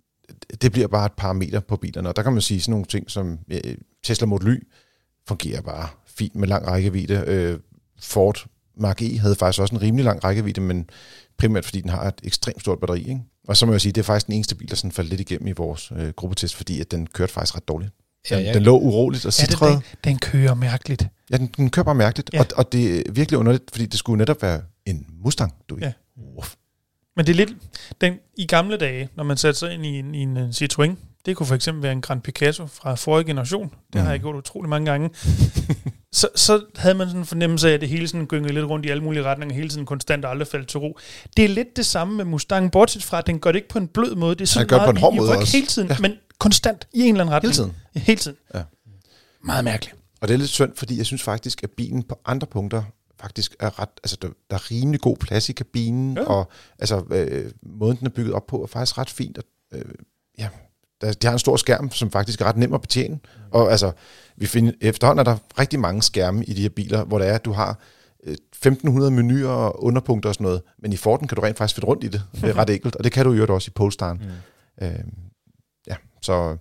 det bliver bare et parameter på bilerne, og der kan man sige sådan nogle ting som ja, Tesla Model Y fungerer bare fint med lang rækkevidde. Øh, Ford Mark E havde faktisk også en rimelig lang rækkevidde, men primært fordi den har et ekstremt stort batteri, ikke? Og så må jeg sige, det er faktisk den eneste bil, der sådan faldt lidt igennem i vores øh, gruppetest, fordi at den kørte faktisk ret dårligt. Den, ja, ja. den lå uroligt og sitrede. Ja, den, den kører mærkeligt. Ja, den, den kører bare mærkeligt, ja. og, og det er virkelig underligt, fordi det skulle netop være en Mustang, du ved. Ja. Uff. Men det er lidt, den, i gamle dage, når man satte sig ind i en, i en Citroën, det kunne for eksempel være en Grand Picasso fra forrige generation, det mm. har jeg gjort utrolig mange gange, så, så havde man sådan en fornemmelse af, at det hele sådan gyngede lidt rundt i alle mulige retninger, hele tiden konstant og aldrig faldt til ro. Det er lidt det samme med Mustang, bortset fra, at den gør det ikke på en blød måde, det er sådan meget, på en hård måde også. Hele tiden, ja. Men konstant, i en eller anden retning. Hele tiden? Ja, hele tiden. Ja. Meget mærkeligt. Og det er lidt synd, fordi jeg synes faktisk, at bilen på andre punkter faktisk er ret, altså der, der er rimelig god plads i kabinen, ja. og altså øh, måden den er bygget op på er faktisk ret fint. Og, øh, ja, der, de har en stor skærm, som faktisk er ret nem at betjene. Mm. Og altså, vi finder, efterhånden er der rigtig mange skærme i de her biler, hvor der er, at du har øh, femten hundrede menuer og underpunkter og sådan noget, men i Forden kan du rent faktisk finde rundt i det. Det er ret enkelt, og det kan du jo også i Polestaren. Mm. Øh, ja, så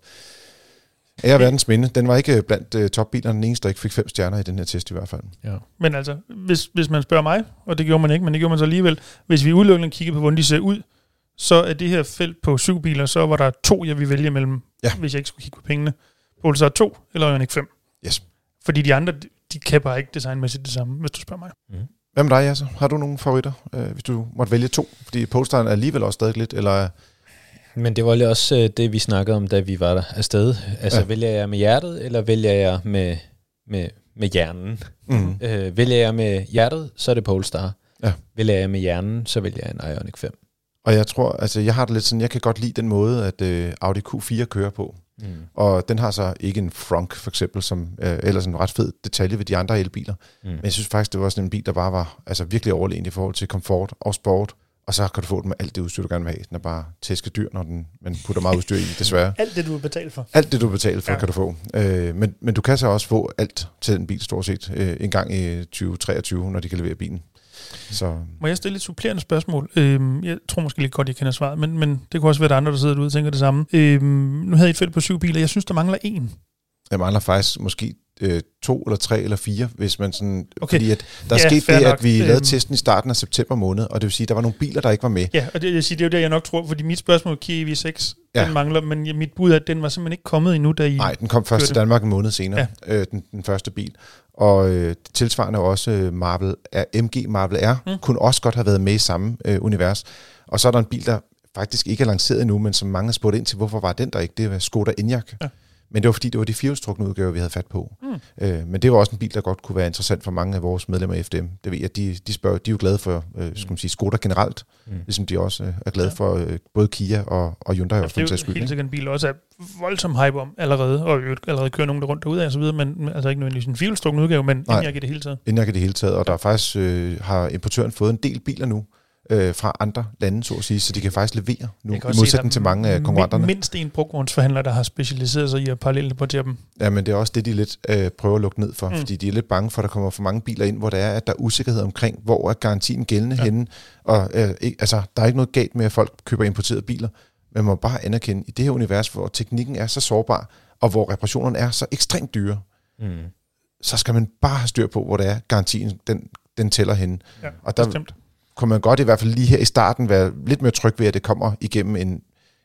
ære verdens minde. Den var ikke blandt uh, topbilerne, den eneste, der ikke fik fem stjerner i den her test i hvert fald. Ja. Men altså, hvis, hvis man spørger mig, og det gjorde man ikke, men det gjorde man så alligevel, hvis vi udelukkende kigger på, hvordan de ser ud, så er det her felt på syv biler, så var der to, jeg vil vælge mellem, ja. hvis jeg ikke skulle kigge på pengene. Polestar to eller Ioniq fem. Yes. Fordi de andre, de kan bare ikke designmæssigt det samme, hvis du spørger mig. Mm. Hvad med dig, altså? Har du nogle favoritter, øh, hvis du måtte vælge to? Fordi Polestaren er alligevel også stadig lidt, eller... Men det var lige også øh, det, vi snakkede om, da vi var der afsted. Altså, ja. Vælger jeg med hjertet, eller vælger jeg med, med, med hjernen? Mm. Øh, vælger jeg med hjertet, så er det Polestar. Ja. Vælger jeg med hjernen, så vælger jeg en Ioniq fem. Og jeg tror, altså jeg har det lidt sådan, jeg kan godt lide den måde, at øh, Audi Q fire kører på. Mm. Og den har så ikke en frunk, for eksempel, som øh, ellers en ret fed detalje ved de andre elbiler. Mm. Men jeg synes faktisk, det var sådan en bil, der bare var altså, virkelig overlegen i forhold til komfort og sport. Og så kan du få den med alt det udstyr, du gerne vil have. Den er bare tæskedyr, når den, man putter meget udstyr i, desværre. Alt det, du vil betale for. Alt det, du vil betale for, ja. Kan du få. Øh, men, men du kan så også få alt til den bil, stort set, øh, en gang i tyve treogtyve, når de kan levere bilen. Så. Må jeg stille et supplerende spørgsmål? Øhm, jeg tror måske lidt godt, jeg kender svaret, men, men det kunne også være, der andre, der sidder derude og tænker det samme. Øhm, nu havde I et felt på syv biler. Jeg synes, der mangler en. Der mangler faktisk måske øh, to eller tre eller fire, hvis man sådan... Okay. Fordi at der ja, skete det, at vi lavede øhm. testen i starten af september måned, og det vil sige, at der var nogle biler, der ikke var med. Ja, og det, jeg siger, det er jo det, jeg nok tror, fordi mit spørgsmål, Kia E V seks, ja. Den mangler, men ja, mit bud er, at den var simpelthen ikke kommet endnu, da I... Nej, den kom først til Danmark en måned senere, ja. øh, den, den første bil. Og øh, tilsvarende også øh, Marvel, M G Marvel R, mm. kunne også godt have været med i samme øh, univers. Og så er der en bil, der faktisk ikke er lanceret endnu, men som mange har spurgt ind til, hvorfor var den der ikke? Det var Skoda Enyaq. Ja. Men det var fordi, det var de firehjulstrukne udgaver, vi havde fat på. Mm. Øh, men det var også en bil, der godt kunne være interessant for mange af vores medlemmer af F D M. Det ved jeg, de, de spørger, de er jo glade for øh, skal man sige, Skoda generelt, mm. ligesom de også øh, er glade ja. for øh, både Kia og, og Hyundai. Ja, også, det er jo helt sikkert en bil også er voldsom hype om allerede, og allerede kører nogen der rundt derude af og så videre, men altså ikke nødvendigvis en firehjulstrukne udgave, men Enyaq i det hele taget. Enyaq i det hele taget, og der er faktisk øh, har importøren fået en del biler nu, Øh, fra andre lande, så at sige, så de kan faktisk levere nu, i modsætning til mange af konkurrenterne. Mindst en brugvognsforhandler, der har specialiseret sig i at parallelportere dem. Ja, men det er også det, de lidt øh, prøver at lukke ned for, mm. fordi de er lidt bange for, at der kommer for mange biler ind, hvor der er, at der er usikkerhed omkring, hvor er garantien gældende ja. henne, og øh, ikke, altså, der er ikke noget galt med, at folk køber importerede biler, men man må bare anerkende, i det her univers, hvor teknikken er så sårbar, og hvor reparationerne er så ekstremt dyre, mm. så skal man bare have styr på, hvor der er garantien, den, den tæller henne. Ja, og der, kunne man godt i hvert fald lige her i starten være lidt mere tryg ved, at det kommer igennem en,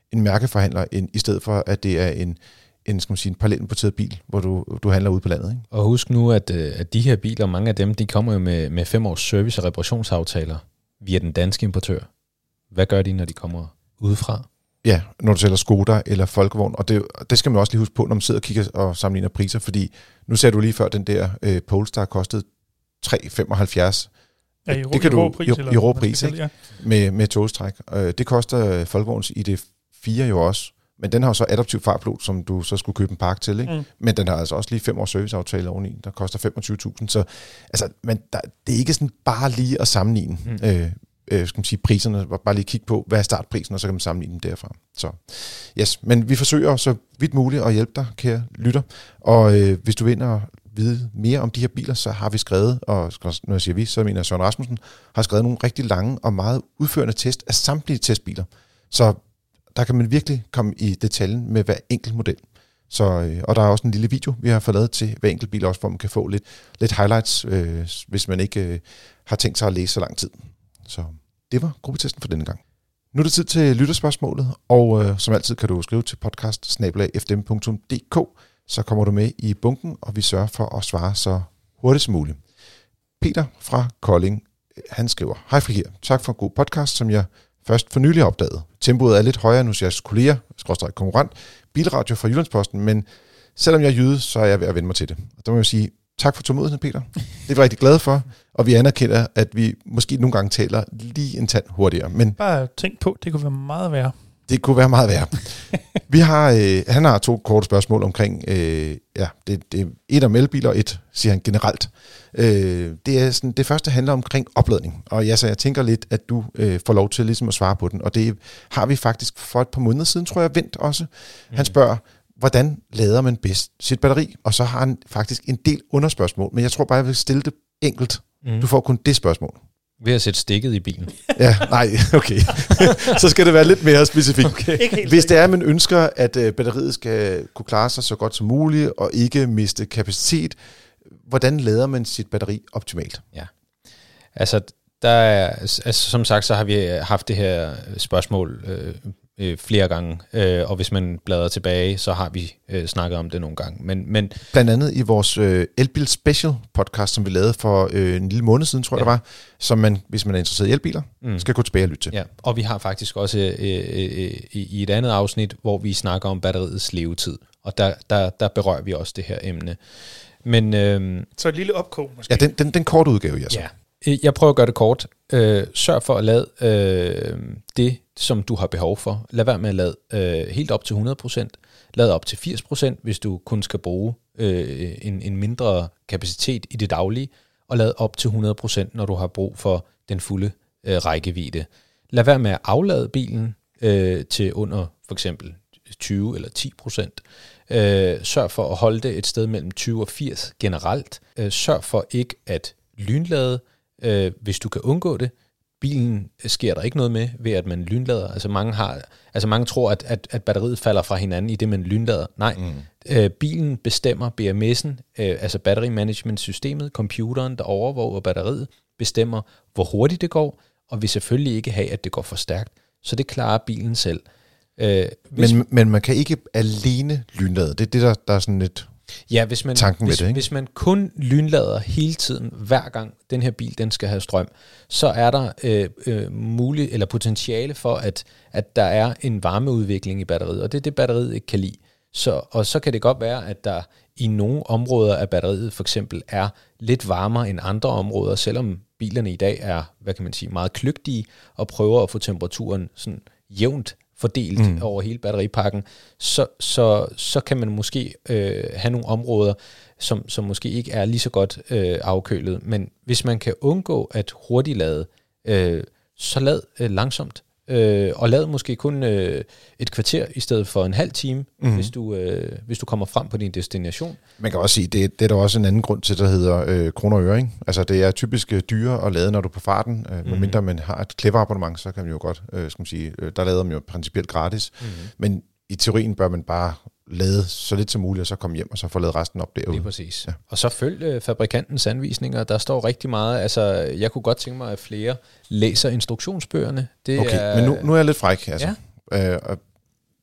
en mærkeforhandler, end, i stedet for, at det er en, en, skal man sige, en parallelimporteret bil, hvor du, du handler ude på landet. Ikke? Og husk nu, at, at de her biler, mange af dem, de kommer jo med, med fem års service- og reparationsaftaler via den danske importør. Hvad gør de, når de kommer udefra? Ja, når du sælger Skoda eller Folkevogn, og det, det skal man også lige huske på, når man sidder og kigger og sammenligner priser, fordi nu ser du lige før, den der øh, Polestar kostede tre komma femoghalvfjerds. Ja, i, det kan i du, råpris, i, i råpris, ikke? Ja. Med, med togstræk. Øh, det koster Folkevogns I D fire jo også, men den har jo så adaptiv fartpilot, som du så skulle købe en park til, ikke? Mm. Men den har altså også lige fem års serviceaftale oveni, der koster femogtyve tusind, så altså, men der, det er ikke sådan bare lige at sammenligne mm. øh, øh, skal man sige, priserne, bare lige kigge på, hvad er startprisen, og så kan man sammenligne dem derfra. Så yes, men vi forsøger så vidt muligt at hjælpe dig, kære lytter, og øh, hvis du vil ind og vide mere om de her biler, så har vi skrevet, og når jeg siger vi, så mener jeg Søren Rasmussen, har skrevet nogle rigtig lange og meget udførende test af samtlige testbiler. Så der kan man virkelig komme i detaljen med hver enkelt model. Så, øh, og der er også en lille video, vi har fået lavet til hver enkelt bil, også hvor man kan få lidt, lidt highlights, øh, hvis man ikke øh, har tænkt sig at læse så lang tid. Så det var gruppetesten for denne gang. Nu er det tid til lytterspørgsmålet, og øh, som altid kan du skrive til podcast snabel-a f d m punktum d k, så kommer du med i bunken, og vi sørger for at svare så hurtigt som muligt. Peter fra Kolding, han skriver: Hej Frikir, tak for en god podcast, som jeg først for nylig har opdaget. Tempoet er lidt højere end hos jeres kolleger, skråstreg konkurrent, Bilradio fra Jyllandsposten, men selvom jeg er jyde, så er jeg ved at vende mig til det. Og der må jeg sige, tak for tålmodigheden, Peter. Det er vi rigtig glade for, og vi anerkender, at vi måske nogle gange taler lige en tand hurtigere. Men bare tænk på, det kunne være meget værre. Det kunne være meget værre. Vi har, øh, han har to korte spørgsmål omkring, øh, ja, det, det er et om elbiler, og et, siger han generelt. Øh, det, er sådan, det første handler omkring opladning, og ja, så jeg tænker lidt, at du øh, får lov til ligesom at svare på den, og det har vi faktisk for et par måneder siden, tror jeg, vendt også. Han spørger, hvordan lader man bedst sit batteri? Og så har han faktisk en del underspørgsmål, men jeg tror bare, jeg vil stille det enkelt. Mm. Du får kun det spørgsmål. Ved at sætte stikket i bilen. Ja, nej, okay. Så skal det være lidt mere specifikt. Okay. Hvis det er, at man ønsker, at batteriet skal kunne klare sig så godt som muligt, og ikke miste kapacitet, hvordan lader man sit batteri optimalt? Ja, altså, der er, altså som sagt, så har vi haft det her spørgsmål øh, øh, flere gange, øh, og hvis man bladrer tilbage, så har vi øh, snakket om det nogle gange. Men, men blandt andet i vores øh, Elbil Special podcast, som vi lavede for øh, en lille måned siden, tror jeg ja. det var, som man, hvis man er interesseret i elbiler, mm. skal gå tilbage og lytte til. Ja, og vi har faktisk også øh, øh, i et andet afsnit, hvor vi snakker om batteriets levetid, og der, der, der berører vi også det her emne. Men, øh, så et lille opkog måske? Ja, den, den, den korte udgave, ja. Så. Ja. Jeg prøver at gøre det kort. Øh, sørg for at lade øh, det, som du har behov for. Lad være med at lade øh, helt op til hundrede procent. Lad op til firs procent, hvis du kun skal bruge øh, en, en mindre kapacitet i det daglige. Og lad op til hundrede procent, når du har brug for den fulde øh, rækkevidde. Lad være med at aflade bilen øh, til under for eksempel tyve eller ti procent. Øh, sørg for at holde det et sted mellem tyve og firs generelt. Øh, sørg for ikke at lynlade, øh, hvis du kan undgå det. Bilen sker der ikke noget med ved, at man lynlader. Altså mange, har, altså mange tror, at, at, at batteriet falder fra hinanden i det, man lynlader. Nej, mm. øh, bilen bestemmer B M S'en, øh, altså battery management systemet, computeren, der overvåger batteriet, bestemmer, hvor hurtigt det går, og vil selvfølgelig ikke have, at det går for stærkt. Så det klarer bilen selv. Øh, men, men man kan ikke alene lynlade. Det er det, der, der er sådan lidt ja, hvis man, tanken hvis, med det, ikke? Hvis man kun lynlader hele tiden, hver gang den her bil den skal have strøm, så er der øh, øh, muligt eller potentiale for, at, at der er en varmeudvikling i batteriet, og det er det, batteriet ikke kan lide. Så, og så kan det godt være, at der i nogle områder af batteriet for eksempel er lidt varmere end andre områder, selvom bilerne i dag er, hvad kan man sige, meget kløgtige og prøver at få temperaturen sådan jævnt fordelt mm. over hele batteripakken, så, så, så kan man måske øh, have nogle områder, som, som måske ikke er lige så godt øh, afkølet. Men hvis man kan undgå at hurtigt lade, øh, så lad øh, langsomt. Øh, og lad måske kun øh, et kvarter i stedet for en halv time, mm. hvis, du, øh, hvis du kommer frem på din destination. Man kan også sige, det, det er der også en anden grund til, der hedder øh, kroner og øre, ikke? Altså det er typisk øh, dyre at lade, når du er på farten. Øh, mm. Medmindre man har et Clever-abonnement, så kan man jo godt, øh, skal man sige, øh, der lader man jo principielt gratis. Mm. Men i teorien bør man bare lade så lidt som muligt, og så komme hjem, og så få lavet resten op derude. Lige præcis. Ja. Og så følg øh, fabrikantens anvisninger. Der står rigtig meget. Altså, jeg kunne godt tænke mig, at flere læser instruktionsbøgerne. Det okay, er, men nu, nu er jeg lidt fræk. Altså. Ja. Øh,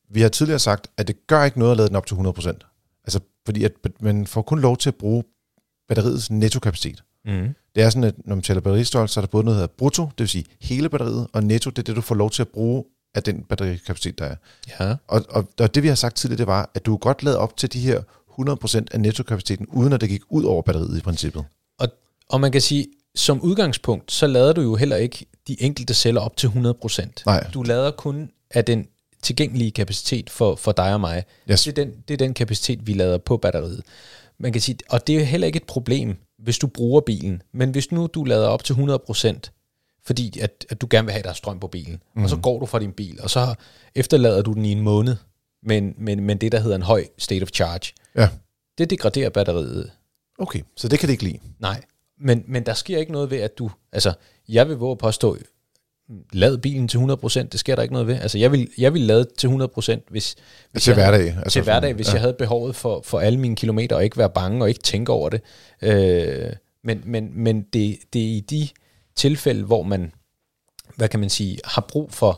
vi har tidligere sagt, at det gør ikke noget at lade den op til hundrede procent. Altså, fordi at man får kun lov til at bruge batteriets nettokapacitet. Mm. Det er sådan, at når man tæller batteristørrelse, så er der både noget, der hedder brutto, det vil sige hele batteriet, og netto, det er det, du får lov til at bruge af den batterikapacitet, der er. Ja. Og, og, og det, vi har sagt tidligere, det var, at du godt lade op til de her hundrede procent af nettokapaciteten, uden at det gik ud over batteriet i princippet. Og, og man kan sige, som udgangspunkt, så lader du jo heller ikke de enkelte celler op til hundrede procent. Nej. Du lader kun af den tilgængelige kapacitet for, for dig og mig. Yes. Det, er den, det er den kapacitet, vi lader på batteriet. Man kan sige, og det er heller ikke et problem, hvis du bruger bilen. Men hvis nu du lader op til hundrede procent, fordi at, at du gerne vil have, der er strøm på bilen, mm. og så går du fra din bil, og så efterlader du den i en måned, men, men, men det, der hedder en høj state of charge, ja. det degraderer batteriet. Okay, så det kan det ikke lide. Nej, men, men der sker ikke noget ved, at du... Altså, jeg vil våge at påstå, lad bilen til hundrede procent, det sker der ikke noget ved. Altså, jeg vil, jeg vil lade til hundrede procent, hvis... hvis til jeg hverdag. Havde, altså til hverdag, hvis ja. jeg havde behovet for, for alle mine kilometer, og ikke være bange, og ikke tænke over det. Øh, men men, men det, det er i de tilfælde, hvor man, hvad kan man sige, har brug for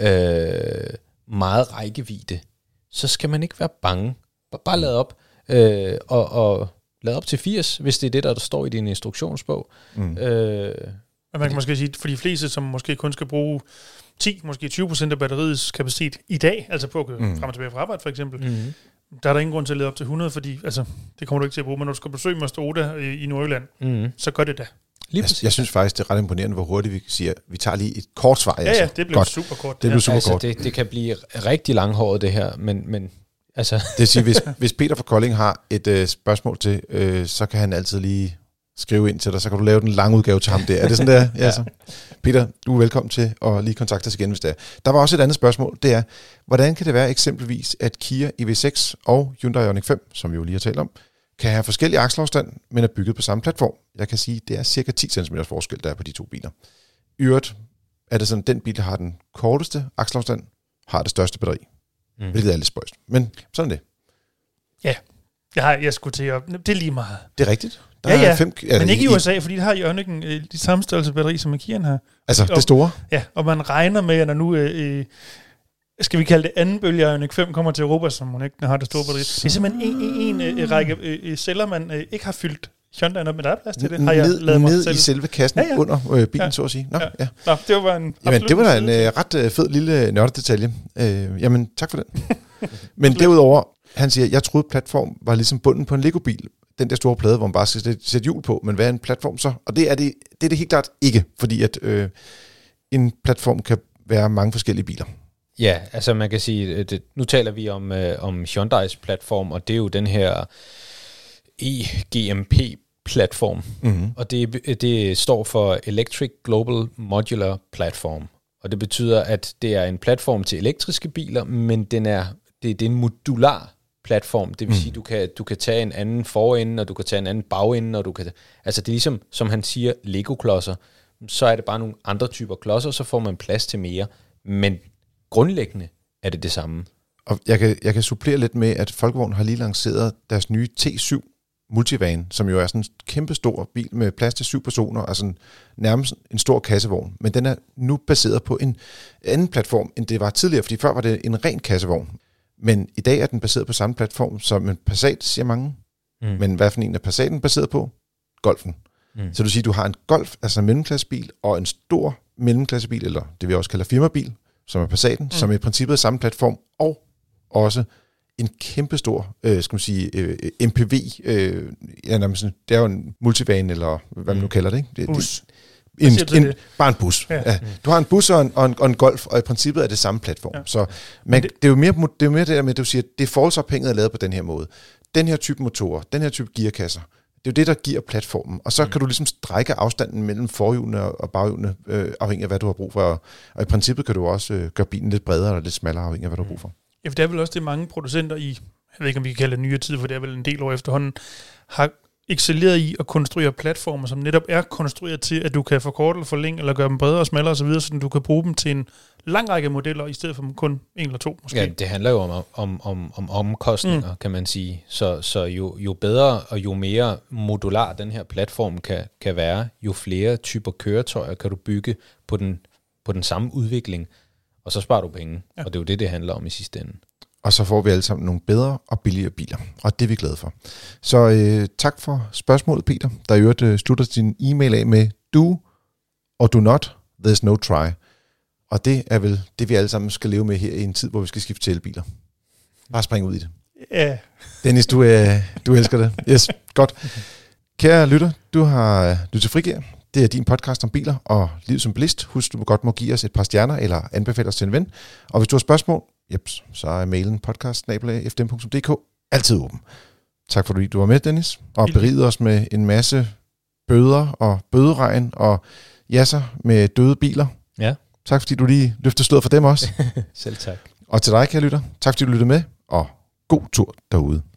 øh, meget rækkevidde, så skal man ikke være bange. Bare lad op, øh, og, og lad op til firs, hvis det er det, der, der står i din instruktionsbog. Mm. Øh, og man kan måske sige, for de fleste, som måske kun skal bruge ti, måske tyve procent af batteriets kapacitet i dag, altså på at køre mm. frem og tilbage fra arbejde for eksempel, mm. der er der ingen grund til at lede op til hundrede, fordi altså, det kommer du ikke til at bruge, men når du skal besøge Moster Oda i, i Nordjylland, mm. så gør det da. Jeg, jeg synes faktisk, det er ret imponerende, hvor hurtigt vi siger, vi tager lige et kort svar. Ja, altså. ja, det blev Godt. super kort. Det blev super altså, kort. Det, det kan blive rigtig langhåret, det her, men... men altså. Det vil sige, hvis, hvis Peter fra Kolding har et øh, spørgsmål til, øh, så kan han altid lige skrive ind til dig, så kan du lave den lange udgave til ham der. Er det sådan der? Ja. Ja, så. Peter, du er velkommen til at lige kontakte os igen, hvis det er. Der var også et andet spørgsmål, det er, hvordan kan det være eksempelvis, at Kia i V seks og Hyundai Ioniq fem, som vi jo lige har talt om, kan have forskellige akselafstand, men er bygget på samme platform? Jeg kan sige, det er cirka ti centimeter forskel, der er på de to biler. I øvrigt er det sådan, at den bil, der har den korteste akselafstand, har det største batteri. Mm. Hvilket er lidt spøjst. Men sådan er det. Ja, jeg, har, jeg skulle til at... Det er lige meget. Det er rigtigt. Der ja, ja. Er fem, er men ikke i i U S A, fordi det har Ioniq'en øh, de samme størrelse batteri, som Kia'en har. Altså og, det store? Ja, og man regner med, at når nu... Øh, skal vi kalde det anden bølge af Ioniq fem kommer til Europa, som hun ikke har det store batteri. Det er simpelthen en, en, en, en række øh, celler, man øh, ikke har fyldt Hyundai op med, der er plads til det. Har jeg ned lavet mig ned selv. i selve kassen ja, ja. under øh, bilen, ja. Så at sige. Nå, ja. Ja. Nå, det var en... Jamen, det var da en øh, ret øh, fed lille nørdedetalje. Øh, jamen, tak for den. Men derudover, han siger, jeg troede platform var ligesom bunden på en Lego-bil. Den der store plade, hvor man bare skal sætte hjul på. Men hvad er en platform så? Og det er det, det, er det helt klart ikke, fordi at øh, en platform kan være mange forskellige biler. Ja, altså man kan sige, det, nu taler vi om, øh, om Hyundais platform, og det er jo den her E G M P-platform, mm-hmm. og det, det står for Electric Global Modular Platform, og det betyder, at det er en platform til elektriske biler, men den er, det, det er en modular platform, det vil mm. sige, du kan, du kan tage en anden forende, og du kan tage en anden bagende, og du kan, altså det er ligesom, som han siger, Lego-klodser, så er det bare nogle andre typer klodser, så får man plads til mere, men grundlæggende er det det samme. Og jeg kan, jeg kan supplere lidt med, at Folkevogn har lige lanceret deres nye T syv Multivan, som jo er sådan en kæmpe stor bil med plads til syv personer, altså nærmest en stor kassevogn. Men den er nu baseret på en anden platform, end det var tidligere, fordi før var det en ren kassevogn. Men i dag er den baseret på samme platform som en Passat, siger mange. Mm. Men hvad for en er Passaten baseret på? Golfen. Mm. Så du siger, du har en Golf, altså en mellemklassebil, og en stor mellemklassebil, eller det vi også kalder firmabil, som er Passaten, mm. som i princippet er samme platform, og også en kæmpestor, øh, skal man sige, øh, M P V, øh, ja, det er jo en multivan, eller hvad man nu kalder det, ikke? Det, bus. Det, en, en, bare en bus. Ja. Ja. Du har en bus og en, og, en, og en Golf, og i princippet er det samme platform. Ja. Så man, det, det, er jo mere, det er jo mere det der med, at du siger, at det er forholdsophænget er lavet på den her måde. Den her type motorer, den her type gearkasser, det er jo det, der giver platformen. Og så mm. kan du ligesom strække afstanden mellem forhjulene og baghjulene, øh, afhængig af, hvad du har brug for. Og i princippet kan du også øh, gøre bilen lidt bredere eller lidt smallere, afhængig af, hvad du har brug for. Ja, for det er vel også det, mange producenter i, jeg ved ikke, om vi kan kalde det nyere tid, for det er vel en del år efterhånden, har excelleret i at konstruere platformer, som netop er konstrueret til, at du kan forkorte eller forlænge, eller gøre dem bredere og smallere osv., så du kan bruge dem til en lang række modeller, i stedet for kun en eller to måske. Ja, det handler jo om, om, om, om omkostninger, mm. kan man sige. Så, så jo, jo bedre og jo mere modular den her platform kan, kan være, jo flere typer køretøjer kan du bygge på den, på den samme udvikling, og så sparer du penge. Ja. Og det er jo det, det handler om i sidste ende. og så får vi alle sammen nogle bedre og billigere biler, og det er vi glade for. Så øh, tak for spørgsmålet, Peter, der i øvrigt øh, slutter sin e-mail af med do og do not, there's no try. Og det er vel det, vi alle sammen skal leve med her i en tid, hvor vi skal skifte til elbiler. Bare spring ud i det. Ja. Yeah. Dennis, du, øh, du elsker det. Yes, godt. Kære lytter, du har lyttet til Frigir. Det er din podcast om biler og liv som bilist. Husk, du godt må give os et par stjerner eller anbefale os til en ven. Og hvis du har spørgsmål, yep, så er mailen podcast snabel-a f d m punktum d k altid åben. Tak fordi du var med, Dennis, og berigede os med en masse bøder og bøderegn og jasser med døde biler. Ja. Tak fordi du lige løftede slået for dem også. Selv tak. Og til dig, kære lytter, tak fordi du lyttede med, og god tur derude.